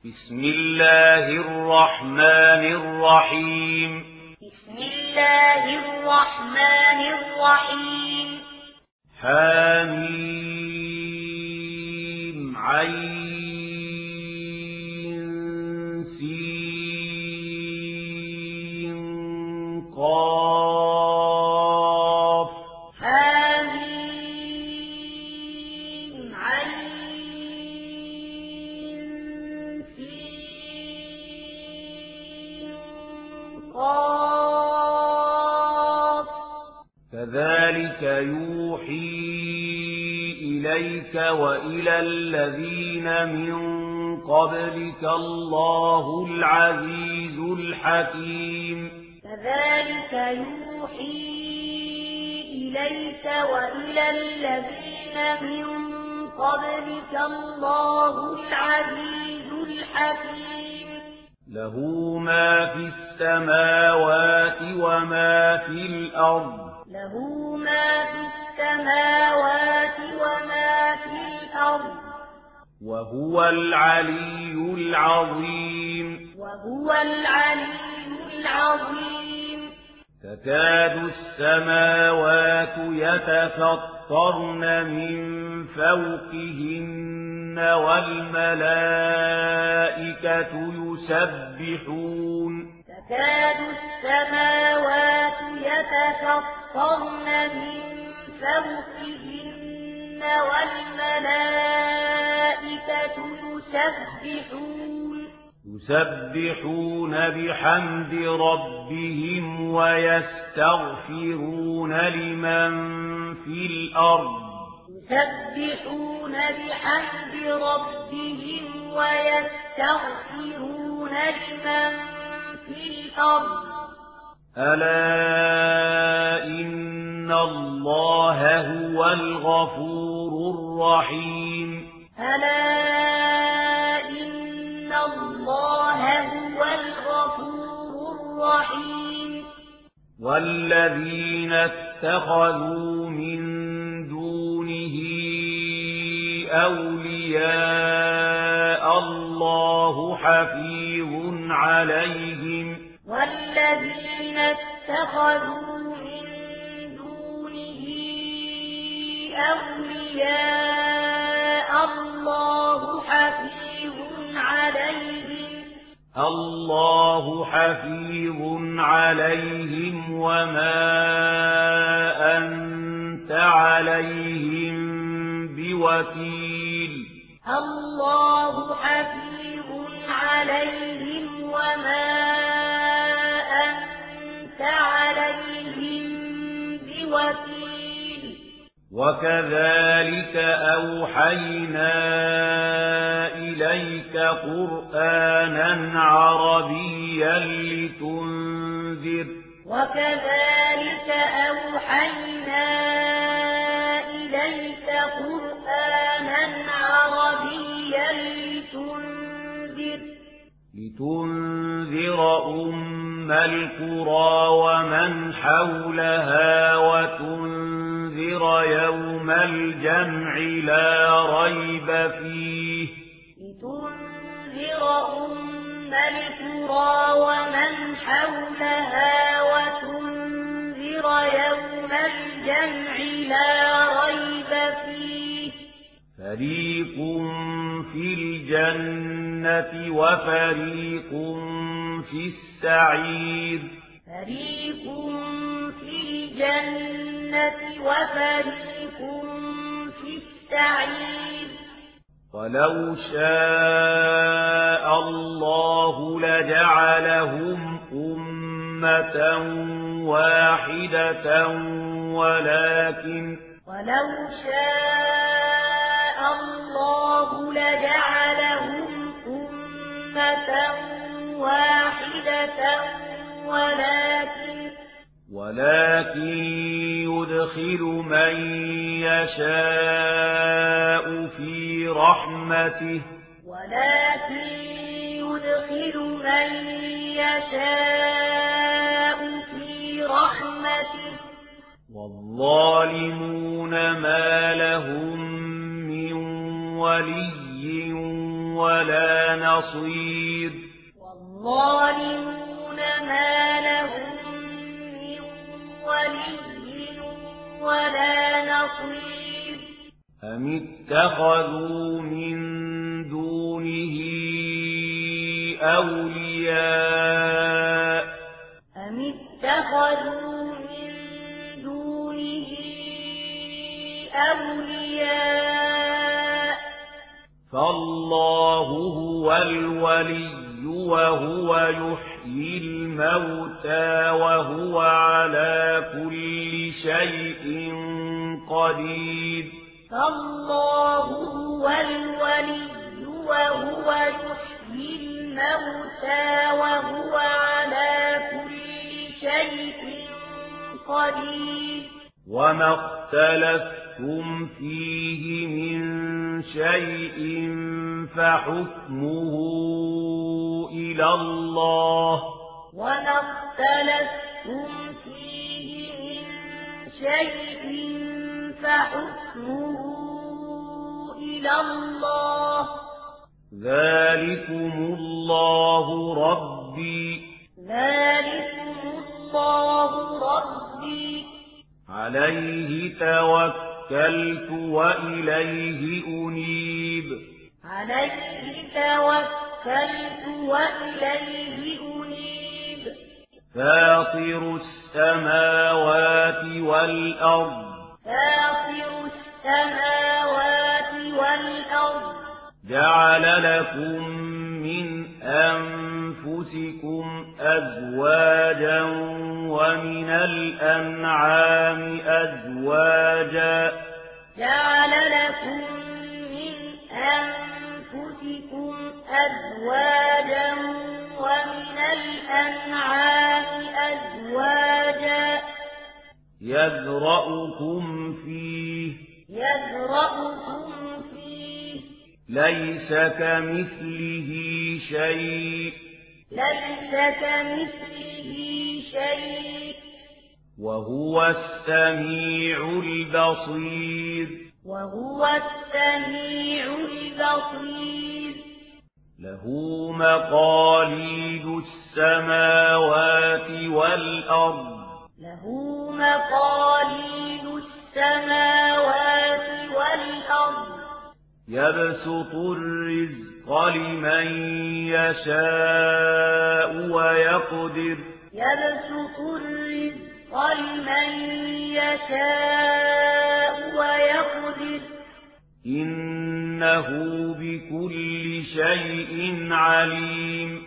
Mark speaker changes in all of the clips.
Speaker 1: بسم الله الرحمن الرحيم
Speaker 2: بسم الله الرحمن الرحيم
Speaker 1: حميم عين سين قاف
Speaker 2: حميم عين سين قاف
Speaker 1: كذلك يوحي إليك وإلى الذين من قبلك الله العزيز الحكيم
Speaker 2: كذلك يوحي إليك وإلى الذين من قبلك الله العزيز الحكيم
Speaker 1: له ما في السماوات وما في الأرض
Speaker 2: له ما في السماوات وما في الأرض
Speaker 1: وهو العلي العظيم
Speaker 2: وهو العلي العظيم
Speaker 1: تكاد السماوات يتفطرن من فوقهن والملائكة يسبحون
Speaker 2: تكاد السماوات يتفطرن من فوقهن والملائكة يسبحون
Speaker 1: بحمد ربهم ويستغفرون لمن في الأرض
Speaker 2: يسبحون بحمد ربهم ويستغفرون لمن في الأرض
Speaker 1: ألا إن الله هو الغفور الرحيم
Speaker 2: ألا إن الله هو الغفور الرحيم
Speaker 1: والذين اتخذوا من دونه أولياء الله حفيظ عليهم
Speaker 2: والذين اتخذوا من دونه أولياء الله حفيظ
Speaker 1: عليهم وما أنت عليهم بوكيل
Speaker 2: الله حفيظ عليهم وما أنت عليهم بوكيل
Speaker 1: وكذلك أوحينا إليك قرآنا عربيا لتنذر
Speaker 2: وكذلك أوحينا إليك قرآنا عربيا
Speaker 1: لتنذر أم القرى ومن حولها وتنذر يوم الجمع لا ريب فيه
Speaker 2: لتنذر أم القرى ومن حولها وتنذر يوم الجمع لا ريب فيه
Speaker 1: فريق في الجنة وفريق في السعير
Speaker 2: فريق في الجنة وفريق في السعير
Speaker 1: ولو شاء الله لجعلهم أمة واحدة
Speaker 2: ولو شاء الله لجعلهم أمة واحدة
Speaker 1: ولكن يدخل من يشاء في رحمته والظالمون ما لهم من ولي ولا نصير
Speaker 2: والظالمون ما لهم من ولي ولا نصير
Speaker 1: أم اتخذوا من دونه أولياء
Speaker 2: أم اتخذوا من دونه أولياء
Speaker 1: فالله هو الولي وهو يحيي الموتى وهو على كل شيء قدير
Speaker 2: فالله هو الولي وهو يحيي الموتى وهو على كل شيء قدير
Speaker 1: وما اختلفتم فيه من شيء فحكمه إلى الله
Speaker 2: وما اختلفتم فيه من شيء فحكمه إلى الله
Speaker 1: ذلكم الله ربي عليه توكلت وإليه أنيب فاطر السماوات والأرض جعل لكم من أنفسكم أزواجا ومن الأنعام أزواجا يذرأكم فيه ليس كمثله شيء وهو السميع البصير له مقاليد السماوات والأرض يبسط الرزق لمن يشاء ويقدر إنه بكل شيء عليم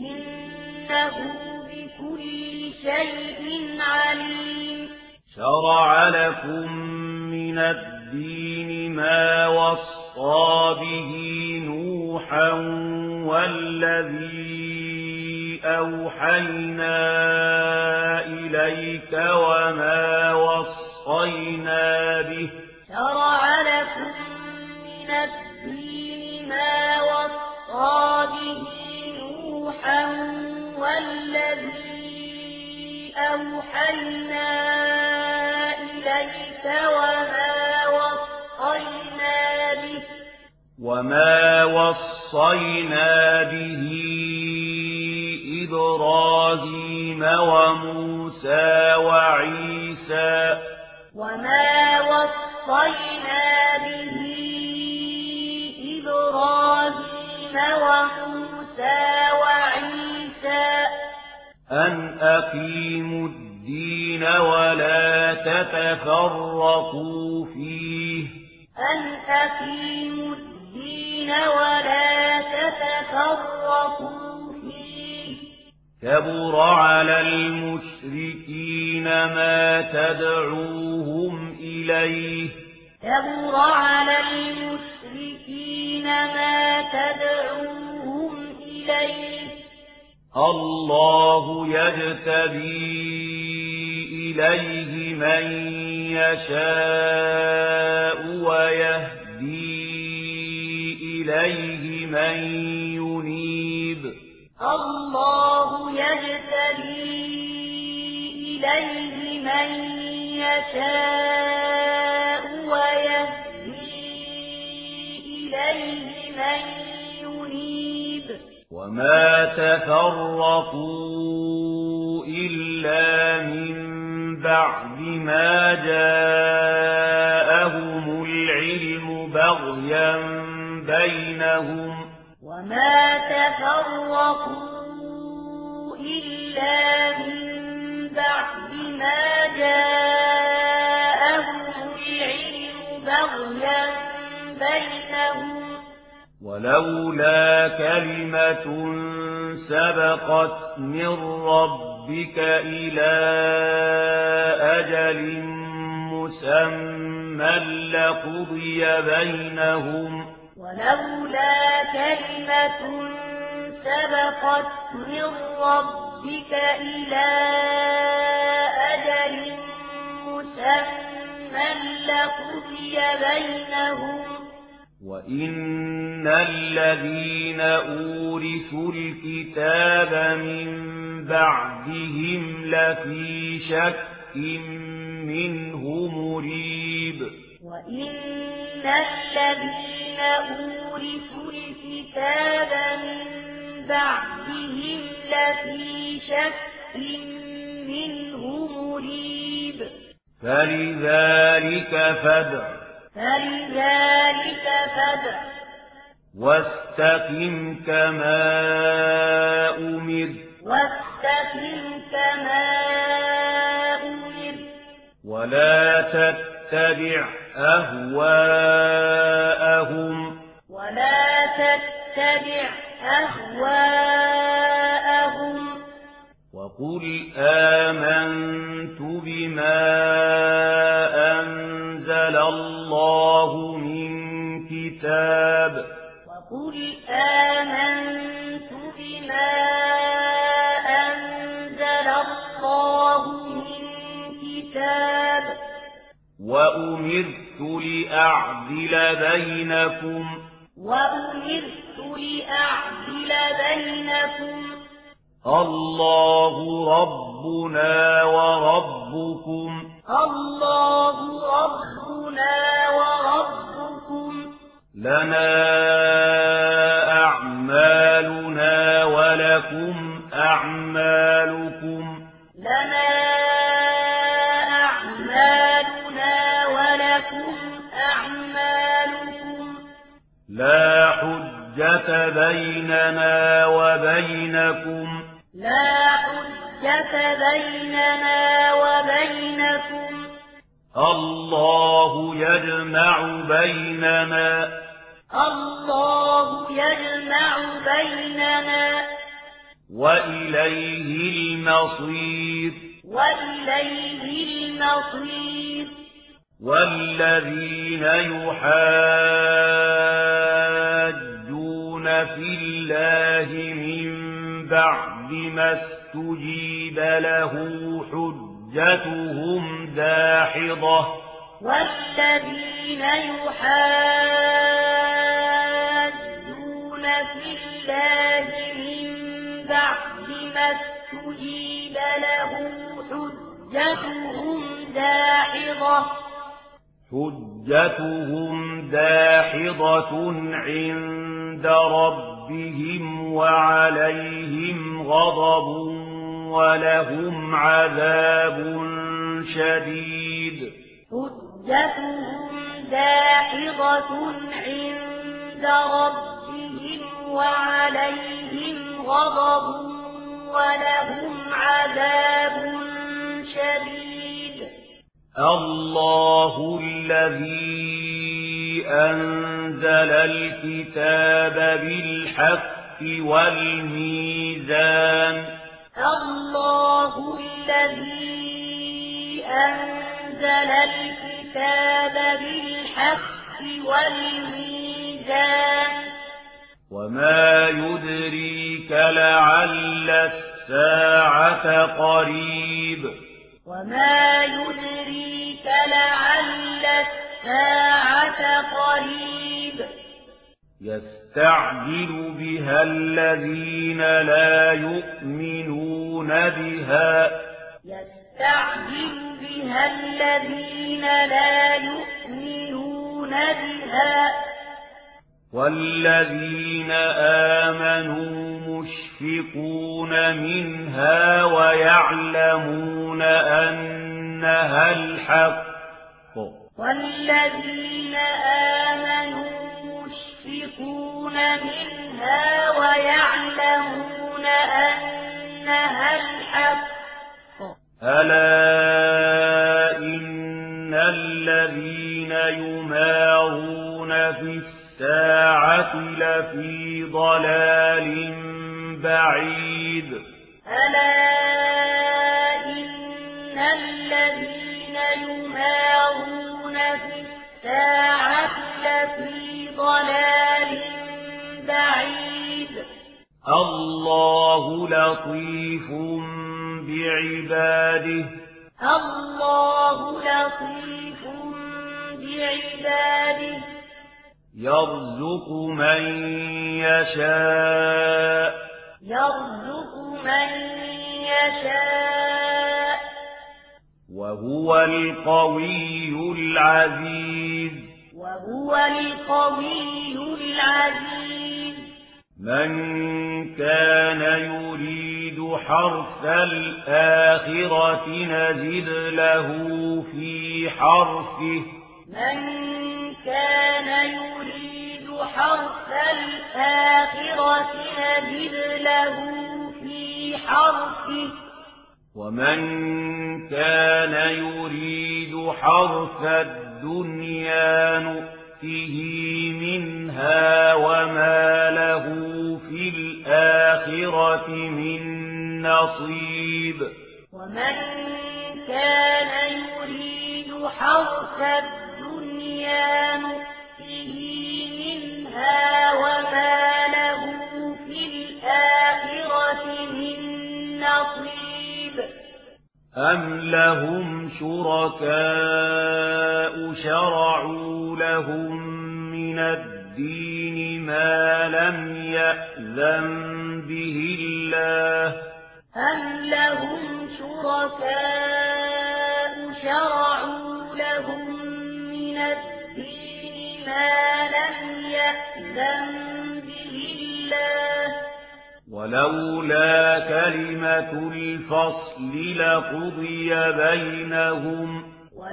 Speaker 1: شرع لكم من الدين ما وصى به نوحا والذي أوحينا إليك وما وصينا به وما وصينا به إبراهيم وموسى وعيسى أن أقيموا الدين ولا تتفرقوا فيه كبر على المشركين ما تدعوهم إليه الله يجتبي إليه من يشاء ويهدي إليه من ينيب
Speaker 2: الله يجتبي إليه من يشاء ويهدي إليه من ينيب
Speaker 1: وما تفرقوا إلا من بعد ما جاءهم العلم بغيا بينهم
Speaker 2: وما تفرقوا إلا من بعد ما جاءهم العلم بغيا بينهم
Speaker 1: ولولا كلمة سبقت من ربك إلى أجل مسمى لقضي بينهم
Speaker 2: ولولا كلمة سبقت من ربك إلى أجل مسمى لقضي بينهم
Speaker 1: وإن الذين أورثوا الكتاب من بعدهم لفي شك منه مريب
Speaker 2: وإن الذين أورثوا الكتاب من بعدهم لفي شك منه مريب
Speaker 1: فلذلك فادع واستقم كما أمر ولا تتبع أهواءهم وقل آمنت بما أنزل الله من كتاب وأمرت لأعدل بينكم الله ربنا وربكم لنا أعمالنا ولكم أعمالكم لا حجة بيننا وبينكم الله يجمع بيننا وإليه المصير والذين يحاجون في الله من بعد ما استجيب له حجتهم داحضة
Speaker 2: والذين يحاجون في الله من بعد ما استجيب له
Speaker 1: حجتهم داحضة عند ربهم وعليهم غضب ولهم عذاب شديد
Speaker 2: حجتهم داحضة عند ربهم وعليهم غضب ولهم عذاب شديد
Speaker 1: الله الذي أنزل الكتاب بالحق والميزان
Speaker 2: الله الذي أنزل الكتاب بالحق والميزان
Speaker 1: وما يدريك لعل الساعة قريب
Speaker 2: وما يدريك لعل الساعة قريب
Speaker 1: يستعجل بها الذين لا يؤمنون بها والذين آمنوا مشفقون منها ويعلمون أنها الحق
Speaker 2: والذين آمنوا مشفقون منها ويعلمون أنها الحق
Speaker 1: ألا إن الذين يمارون في الساعة لفي ضلال بعيد
Speaker 2: ألا إن الذين يمارون في الساعة لفي ضلال بعيد
Speaker 1: الله لطيف بعباده
Speaker 2: الله لطيف بعباده
Speaker 1: يرزق من يشاء وهو القوي العزيز من كان يريد حرث الآخرة نزد له في حرثه ومن كان يريد حرث الدنيا نؤته منها وما له في الآخرة من نصيب
Speaker 2: ومن كان يريد حرث الدنيا نؤته منها وما له في الآخرة من نصيب
Speaker 1: أم لهم شركاء شرعوا لهم من الدين ما لم يأذن به الله
Speaker 2: أم لهم شركاء شرعوا لهم من الدين ما لم يأذن به الله
Speaker 1: ولولا كلمة الفصل لقضي بينهم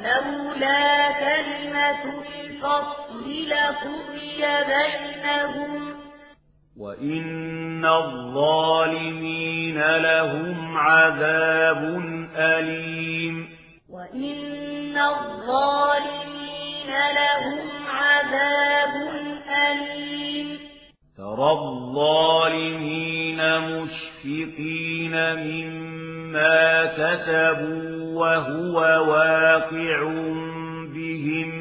Speaker 1: وإن الظالمين لهم عذاب أليم ترى الظالمين مشفقين مما كسبوا وهو واقع بهم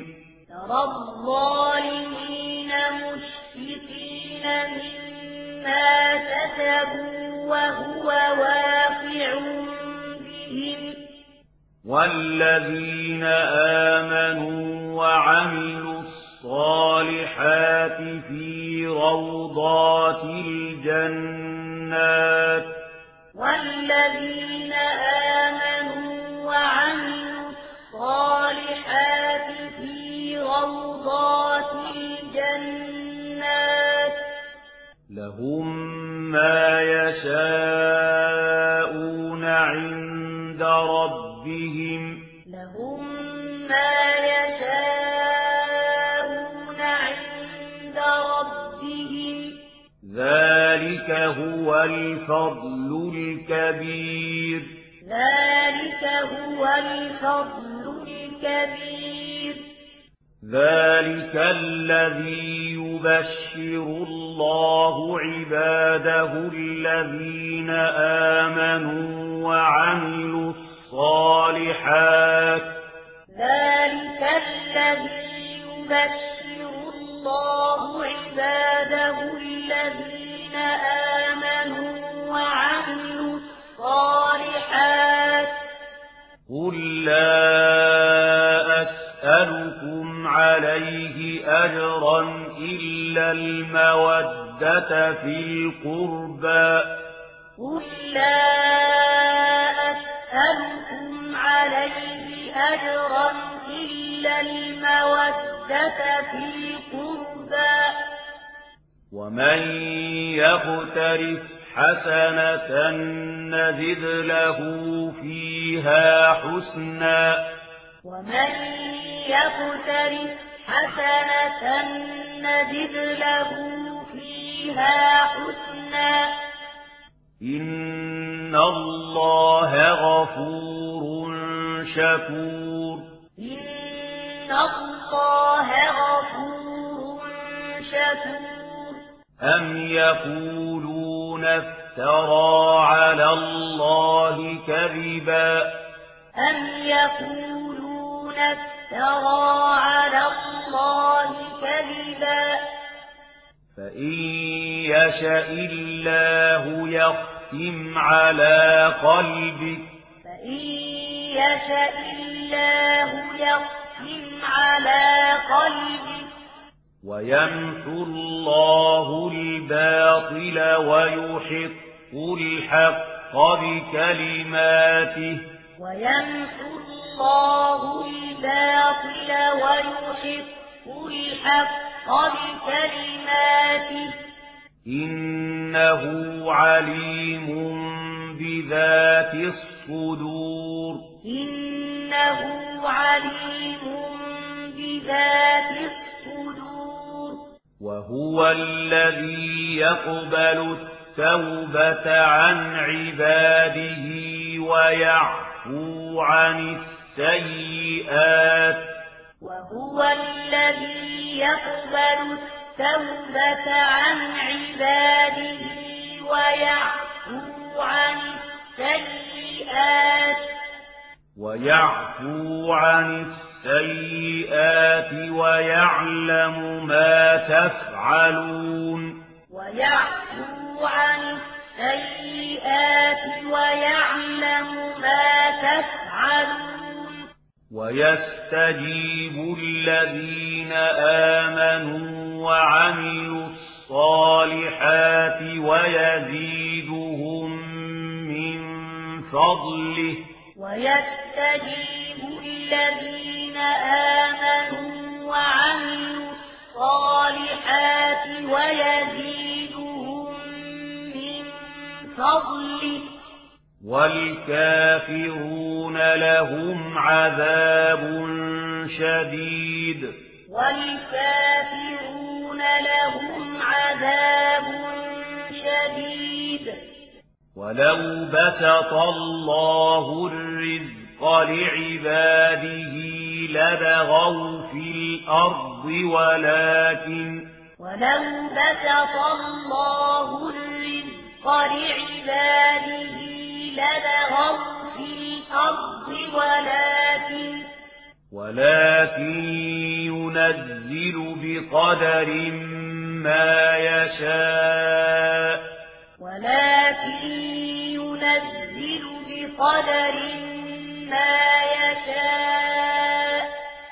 Speaker 1: والذين آمنوا وعملوا الصالحات في روضات الجنات لهم ما يشاءون عند ربهم ذلك هو الفضل الكبير ذلك الذي يبشر الله عباده الذين آمنوا وعملوا الصالحات قل لا أسألكم عليه أجرا إلا المودة في القربى ومن يقترف حسنة نزد له فيها حسنا
Speaker 2: ومن يقترف حسنة نزد له فيها حسنا
Speaker 1: إن الله غفور شكور
Speaker 2: إن الله غفور شكور
Speaker 1: أم يقولون افترى على الله كذبا
Speaker 2: أم يقولون افترى على الله كذبا
Speaker 1: فإن يشاء الله يختم على قلبك
Speaker 2: فإن يشاء الله يختم على قلبك
Speaker 1: ويمحو الله الباطل ويحق الحق بكلماته
Speaker 2: ويمحو الله الباطل ويحق الحق بكلماته
Speaker 1: إنه عليم بذات الصدور
Speaker 2: إنه عليم بذات الصدور
Speaker 1: وهو الذي يقبل التوبة عن عباده ويعفو عن السيئات
Speaker 2: وهو الذي يقبل التوبة عن عباده ويعفو عن السيئات
Speaker 1: ويعلم ما تفعلون
Speaker 2: ويعفو عن السيئات ويعلم ما تفعلون
Speaker 1: ويستجيب الذين آمنوا وعملوا الصالحات ويزيدهم من فضله
Speaker 2: ويستجيب الذين آمنوا وعملوا الصالحات ويزيدهم من فضله
Speaker 1: والكافرون لهم عذاب شديد
Speaker 2: والكافرون لهم عذاب شديد
Speaker 1: ولو بسط الله الرزق لعباده لبغوا في الأرض
Speaker 2: ولو بسط الله الرزق لعباده لبغوا في الأرض
Speaker 1: ولكن ينزل بقدر ما يشاء
Speaker 2: ولكن ينزل بقدر ما يشاء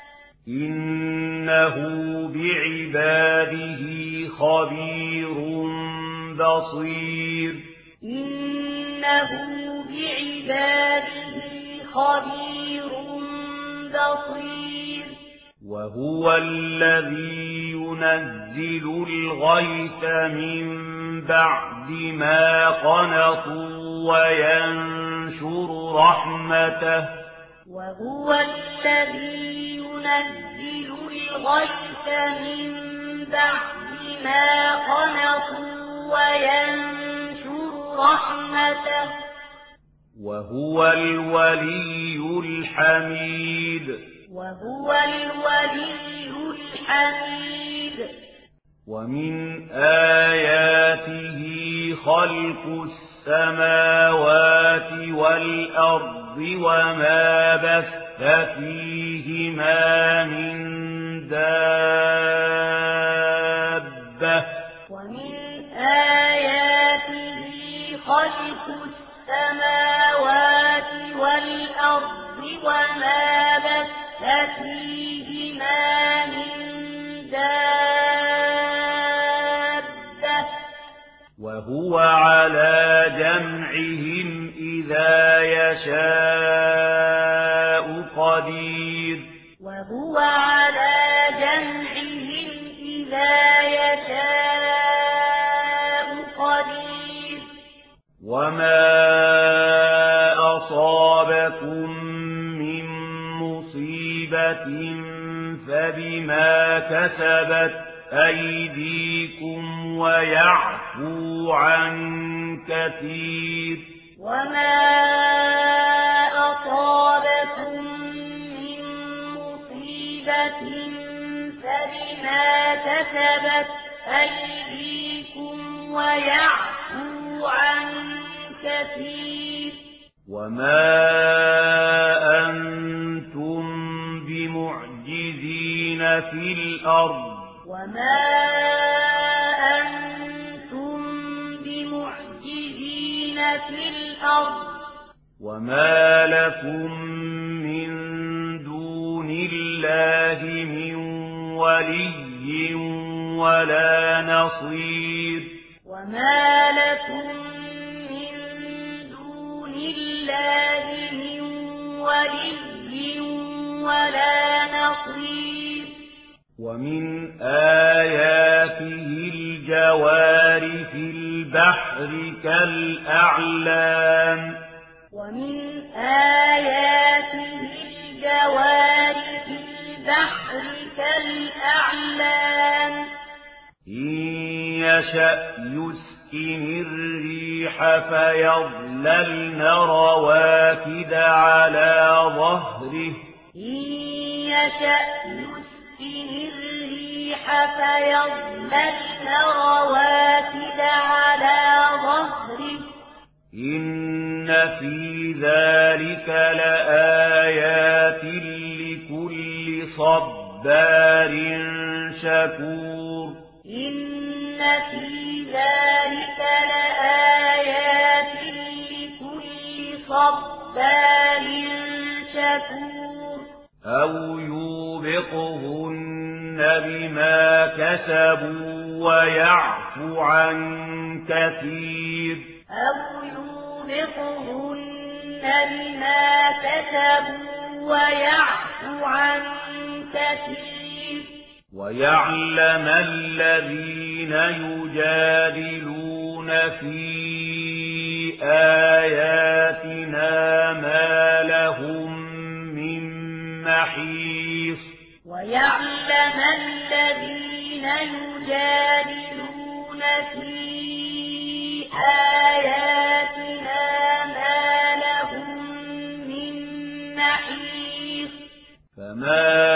Speaker 1: إنه بعباده خبير بصير
Speaker 2: إنه بعباده خبير بصير
Speaker 1: وهو الذي ينزل الغيث من بعد ما قنطوا وينشر رحمته
Speaker 2: وهو الذي ينزل الغيث من بعد ما قنطوا وينشر رحمته
Speaker 1: وهو الولي الحميد
Speaker 2: وهو الولي الحميد
Speaker 1: ومن آياته خلق السماوات والأرض وما بث فيهما من دابة
Speaker 2: ومن آياته خلق السماوات والأرض وما بث فيهما من دابة
Speaker 1: وهو على جمعهم إذا يشاء قدير
Speaker 2: وهو على جمعهم إذا يشاء
Speaker 1: وما أصابكم من مصيبة فبما كسبت أيديكم ويعفو عن كثير
Speaker 2: وما أصابكم من مصيبة فبما كسبت أيديكم ويعفو عن كثير
Speaker 1: وما أنتم بمعجزين في الأرض
Speaker 2: وما أنتم بمعجزين في الأرض
Speaker 1: وما لكم من دون الله من ولي ولا نصير
Speaker 2: وما لكم من دون الله من ولي ولا نصير
Speaker 1: ومن آياته الجوار في البحر كالأعلام
Speaker 2: ومن آياته الجوار في البحر كالأعلام
Speaker 1: إن يشأ يسكن الريح فيظللن رواكد على ظهره
Speaker 2: إن يشأ يسكن الريح فيظللن رواكد على ظهره
Speaker 1: إن في ذلك لآيات لكل صبار شكور
Speaker 2: إن في ذلك لآيات لكل صبار شكور
Speaker 1: أو يوبقهن بما كسبوا ويعفو عن كثير
Speaker 2: أو يوبقهن بما كسبوا ويعفو عن كثير
Speaker 1: ويعلم الذين يجادلون في آياتنا ما لهم من محيص
Speaker 2: ويعلم الذين يجادلون في آياتنا ما لهم من محيص
Speaker 1: فما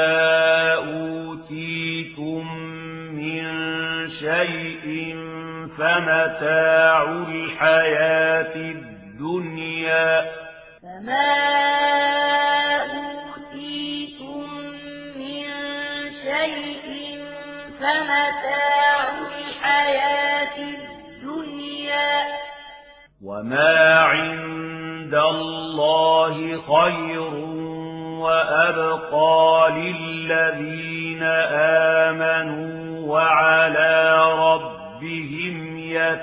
Speaker 1: أوتيتم من شيء فمتاع الحياة الدنيا
Speaker 2: فما أوتيتم من شيء فمتاع الحياة الدنيا
Speaker 1: وما عند الله خير وأبقى للذين آمنوا وعلى ربهم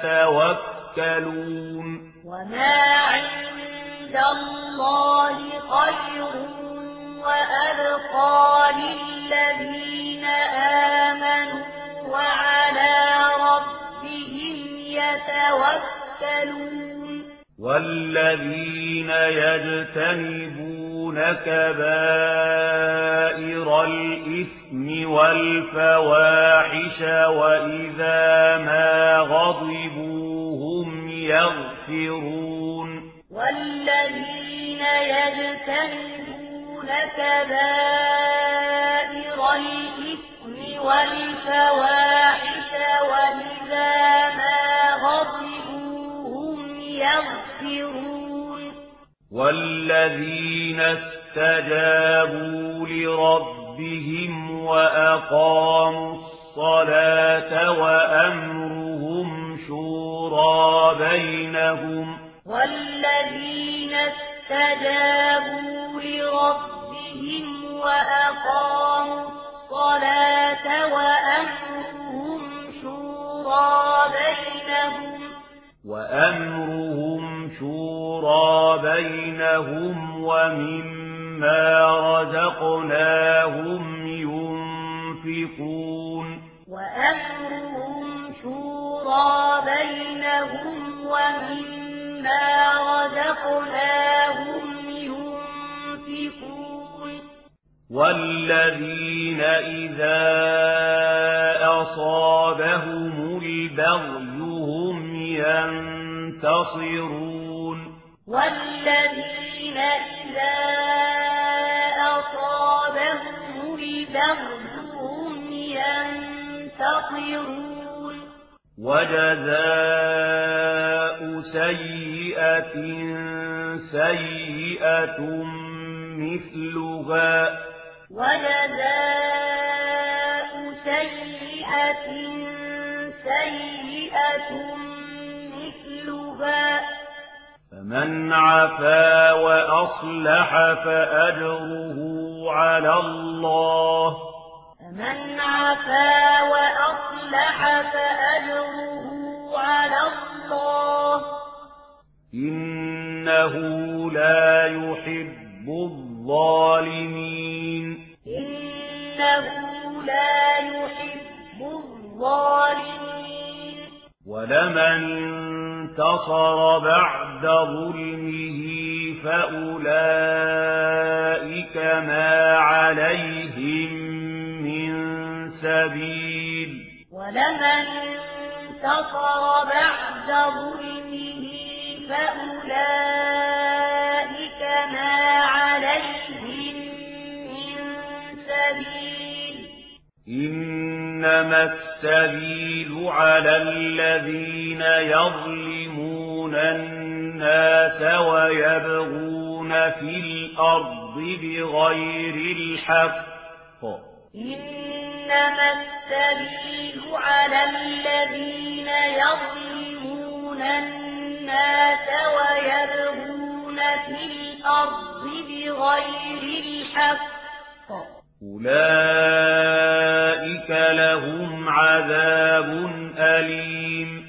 Speaker 1: يتوكلون
Speaker 2: وما عند الله خير وأبقى للذين آمنوا وعلى ربهم يتوكلون
Speaker 1: والذين يجتنبون كبائر الإثم والفواحش وإذا ما غضبوا هم يغفرون
Speaker 2: والذين يجتنبون كبائر الإثم والفواحش وإذا ما غضبوا هم يغفرون
Speaker 1: والذين استجابوا لربهم وأقاموا الصلاة وأمرهم شورى بينهم
Speaker 2: والذين استجابوا لربهم وأقاموا الصلاة
Speaker 1: وأمرهم شورى بينهم ومما رزقناهم ينفقون
Speaker 2: وأمرهم شورى بينهم ومما رَزَقْنَاهُمْ يُنْفِقُونَ
Speaker 1: وَالَّذِينَ إِذَا أَصَابَهُمُ الْبَغْيُ هُمْ يَنتَصِرُونَ
Speaker 2: وَالَّذِينَ إِذَا أَصَابَهُمُ الْبَغْيُ هُمْ يَنتَصِرُونَ
Speaker 1: وَجَزَاءُ سَيِّئَةٍ سَيِّئَةٌ مِثْلُهَا
Speaker 2: وَجَزَاءُ سَيِّئَةٍ سَيِّئَةٌ مِثْلُهَا
Speaker 1: فَمَنْ عَفَا وَأَصْلَحَ فَأَجْرُهُ عَلَى اللَّهِ
Speaker 2: فَمَنْ عَفَا وَأَصْلَحَ فَأَجْرُهُ عَلَى اللَّهِ
Speaker 1: إِنَّهُ لَا يُحِبُّ الظَّالِمِينَ
Speaker 2: إِنَّهُ لا يُحِبُّ الظَّالِمِينَ
Speaker 1: وَلَمَنِ انتَصَرَ بَعْدَ ظُلْمِهِ فَأُولَئِكَ مَا عَلَيْهِمْ مِنْ سَبِيلٍ
Speaker 2: وَلَمَنِ انتَصَرَ بَعْدَ ظُلْمِهِ فَأُولَئِكَ مَا عَلَيْهِمْ مِنْ سَبِيلٍ
Speaker 1: إِنَّمَا السَّبِيلُ عَلَى الَّذِينَ يَظْلِمُونَ النَّاسَ وَيَبْغُونَ في الْأَرْضِ بِغَيْرِ الْحَقِّ
Speaker 2: إِنَّمَا السَّبِيلُ عَلَى الَّذِينَ يَظْلِمُونَ النَّاسَ وَيَبْغُونَ في الْأَرْضِ بِغَيْرِ الْحَقِّ
Speaker 1: أُولَئِكَ لَهُمْ عَذَابٌ أَلِيمٌ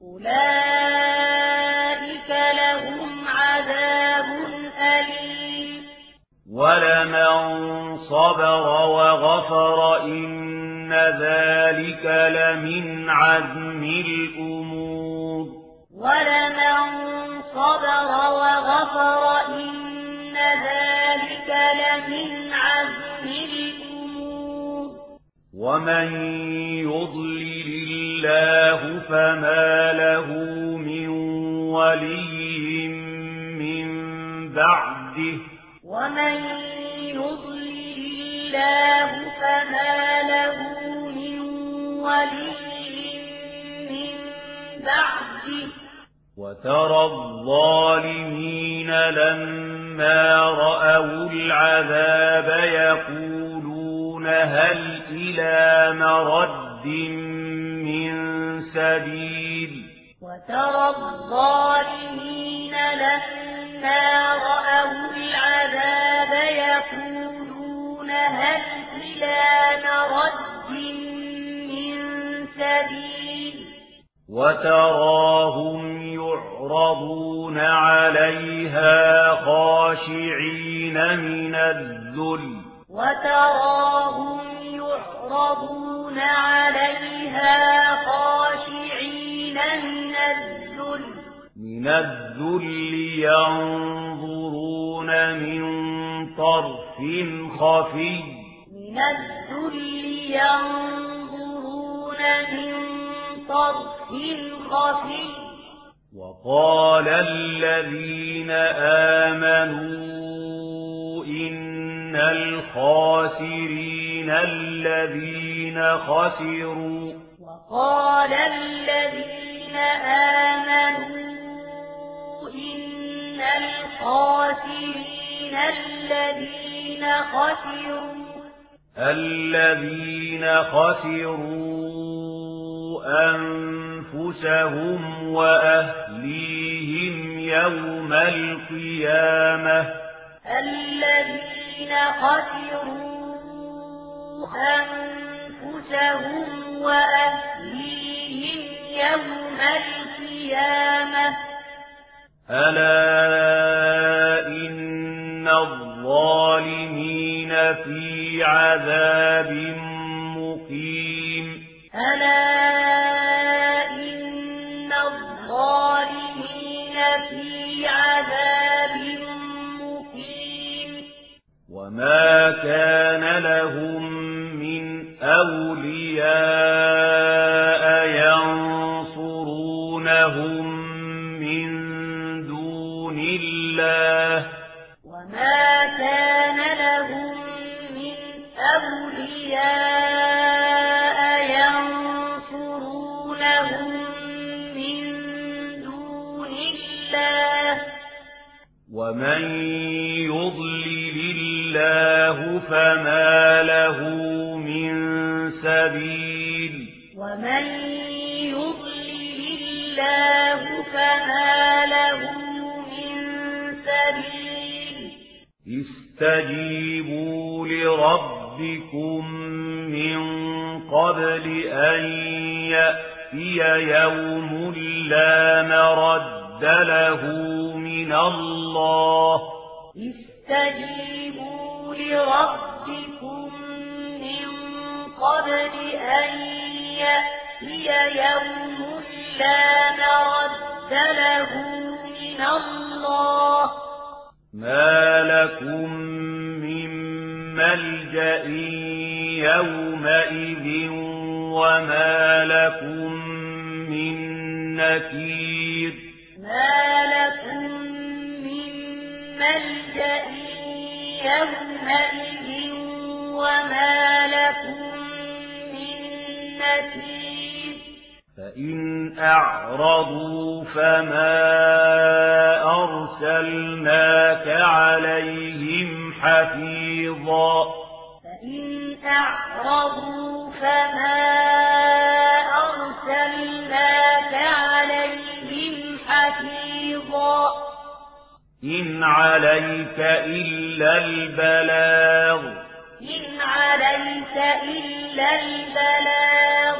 Speaker 2: أُولَئِكَ لَهُمْ عَذَابٌ أَلِيمٌ
Speaker 1: وَلَمَنْ صَبَرَ وَغَفَرَ إِنَّ ذَلِكَ لَمِنْ عَزْمِ الْأُمُورِ
Speaker 2: وَلَمَنْ صَبَرَ وَغَفَرَ إِنَّ ذَلِكَ لَمِنْ عَزْمِ الْأُمُورِ
Speaker 1: وَمَنْ يُضْلِلِ اللَّهُ فَمَا لَهُ مِنْ وَلِيٍّ مِنْ بَعْدِهِ
Speaker 2: وَمَنْ يُضْلِلِ اللَّهُ فَمَا لَهُ مِنْ وَلِيٍّ مِنْ بَعْدِهِ
Speaker 1: وَتَرَى الظَّالِمِينَ لَمَّا رَأَوُا الْعَذَابَ يَقُولُونَ هَلْ إِلَى مَرَدٍّ مِنْ سَبِيلٍ
Speaker 2: وَتَرَى الظَّالِمِينَ لَمَّا رَأَوُا الْعَذَابَ يَقُولُونَ هَلْ إِلَى مَرَدٍّ مِنْ سَبِيلٍ
Speaker 1: وَتَرَاهُمْ يُعْرَضُونَ عَلَيْهَا خَاشِعِينَ مِنَ الذُّلِّ
Speaker 2: وَتَرَاهُمْ يُعْرَضُونَ عَلَيْهَا خَاشِعِينَ مِنَ الذُّلِّ
Speaker 1: يَنظُرُونَ مِنْ طَرْفٍ خَفِيٍّ
Speaker 2: طَرْفٍ خَفِيٍّ
Speaker 1: وَقَالَ الَّذِينَ آمَنُوا إِنَّ الْخَاسِرِينَ الَّذِينَ خَسِرُوا
Speaker 2: وَقَالَ الَّذِينَ آمَنُوا إِنَّ الْخَاسِرِينَ الَّذِينَ خَسِروا
Speaker 1: أنفسهم وأهليهم يوم القيامة
Speaker 2: الذين خسروا أنفسهم وأهليهم يوم القيامة
Speaker 1: ألا إن الظالمين في عذاب مقيم
Speaker 2: ألا إن الظالمين في عذاب
Speaker 1: من دون الله
Speaker 2: وما كان لهم من أولياء ينصرونهم من دون الله
Speaker 1: ومن يضلل الله فما له من سبيل
Speaker 2: ومن يضلل الله فما له من سبيل
Speaker 1: استجيبوا لربكم من قبل أن يأتي يوم لا مرد له من الله
Speaker 2: استجيبوا لربكم من قبل أن يأتي يوم لا مرد له من الله
Speaker 1: ما لكم من ملجأ يومئذ وما لكم من نكير
Speaker 2: ما لكم من ملجأ يومئذ وما لكم من نكير
Speaker 1: فإن أعرضوا فما أرسلناك عليهم حفيظا
Speaker 2: فإن أعرضوا فما أرسلناك عليهم حفيظا
Speaker 1: إن عليك إلا البلاغ
Speaker 2: إن عليك إلا البلاغ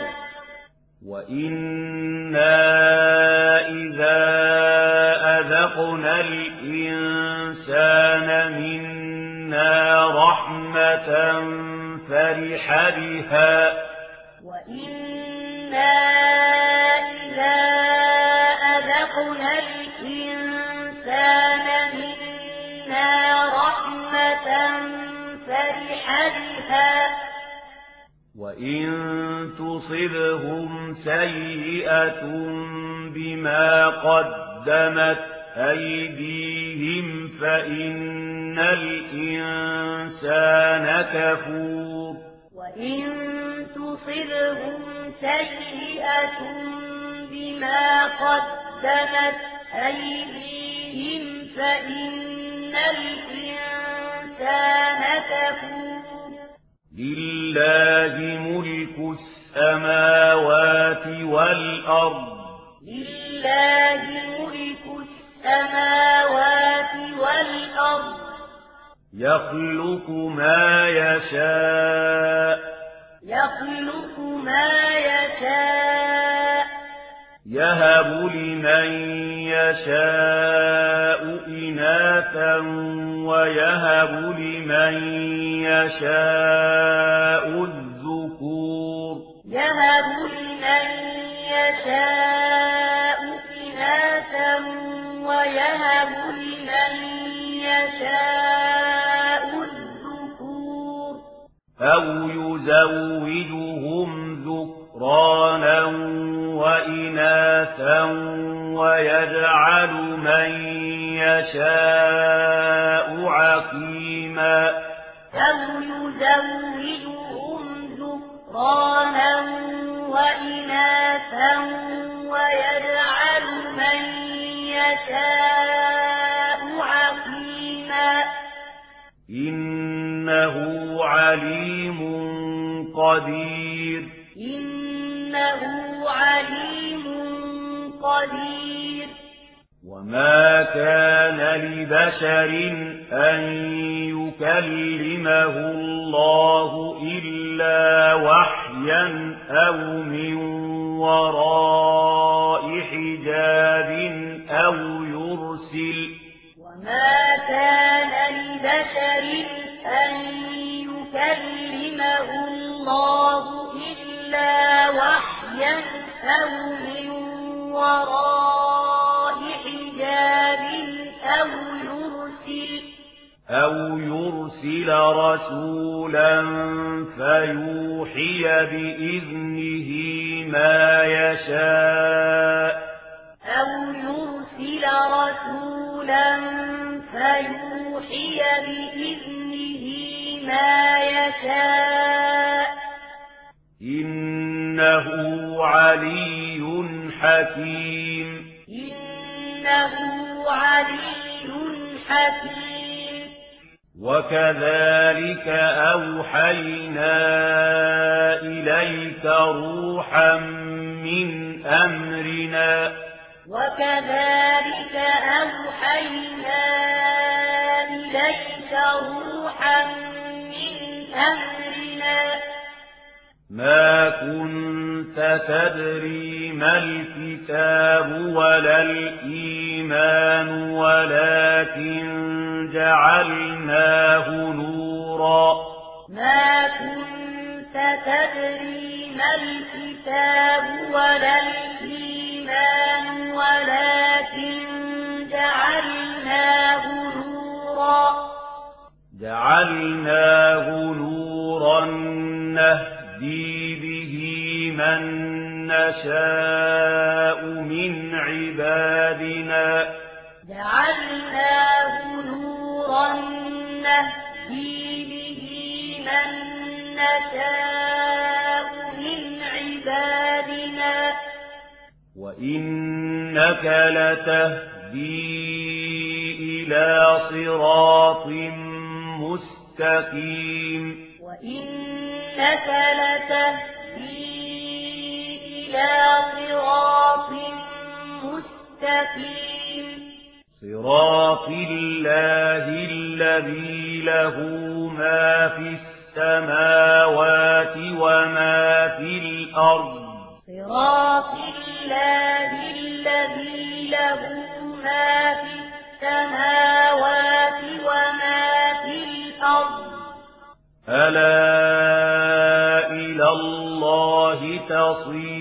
Speaker 1: وإنا إذا أذقنا الإنسان منا رحمة فرح بها
Speaker 2: وإنا إذا أذقنا الإنسان منا رحمة فرح بها
Speaker 1: وإن تصبهم سيئة بما قدمت أيديهم فإن الإنسان كفور
Speaker 2: وإن تصبهم سيئة بما قدمت أيديهم فإن الإنسان كفور
Speaker 1: لله ملك السماوات والأرض
Speaker 2: لله ملك السماوات والأرض
Speaker 1: يخلق ما يشاء
Speaker 2: يخلق ما يشاء
Speaker 1: يهب لمن يشاء إناثا ويهب لمن يشاء الذكور
Speaker 2: يهب لمن يشاء إناثا ويهب لمن يشاء الذكور
Speaker 1: أو يزوجهم ذكرانا وإناثا ويجعل من يشاء عقيما
Speaker 2: أو يزوجهم ذكرانا وإناثا ويجعل من يشاء عقيما
Speaker 1: إنه عليم قدير
Speaker 2: إنه عليم قدير
Speaker 1: وما كان لبشر أن يكلمه الله إلا وحيا أو من وراء حجاب أو يرسل
Speaker 2: وما كان لبشر أن يكلمه الله إلا وحيا أو من وراء حجاب أو يرسل
Speaker 1: رسولا فيوحي بإذنه ما يشاء
Speaker 2: يرسل رسولا فيوحي بإذنه ما يشاء
Speaker 1: إنه علي حكيم
Speaker 2: إنه علي حكيم
Speaker 1: وكذلك أوحينا إليك روحا من أمرنا
Speaker 2: وكذلك أوحينا إليك روحا من أمرنا
Speaker 1: ما كنت تدري ما الكتاب ولا الإيمان ولكن جعلناه نورا
Speaker 2: ما كنت تدري ما الكتاب ولا الإيمان ولكن
Speaker 1: جعلناه نورا نهدي به من نشاء من عبادنا
Speaker 2: جعلناه نورا نهدي به من نشاء من عبادنا
Speaker 1: وإنك لتهدي إلى صراط مستقيم
Speaker 2: وإنك لتهدي إلى صراط مستقيم
Speaker 1: صراط الله الذي له ما في السماوات وما في الأرض
Speaker 2: صراط الله الذي له ما في السماوات وما في الأرض
Speaker 1: ألا إلى الله تصير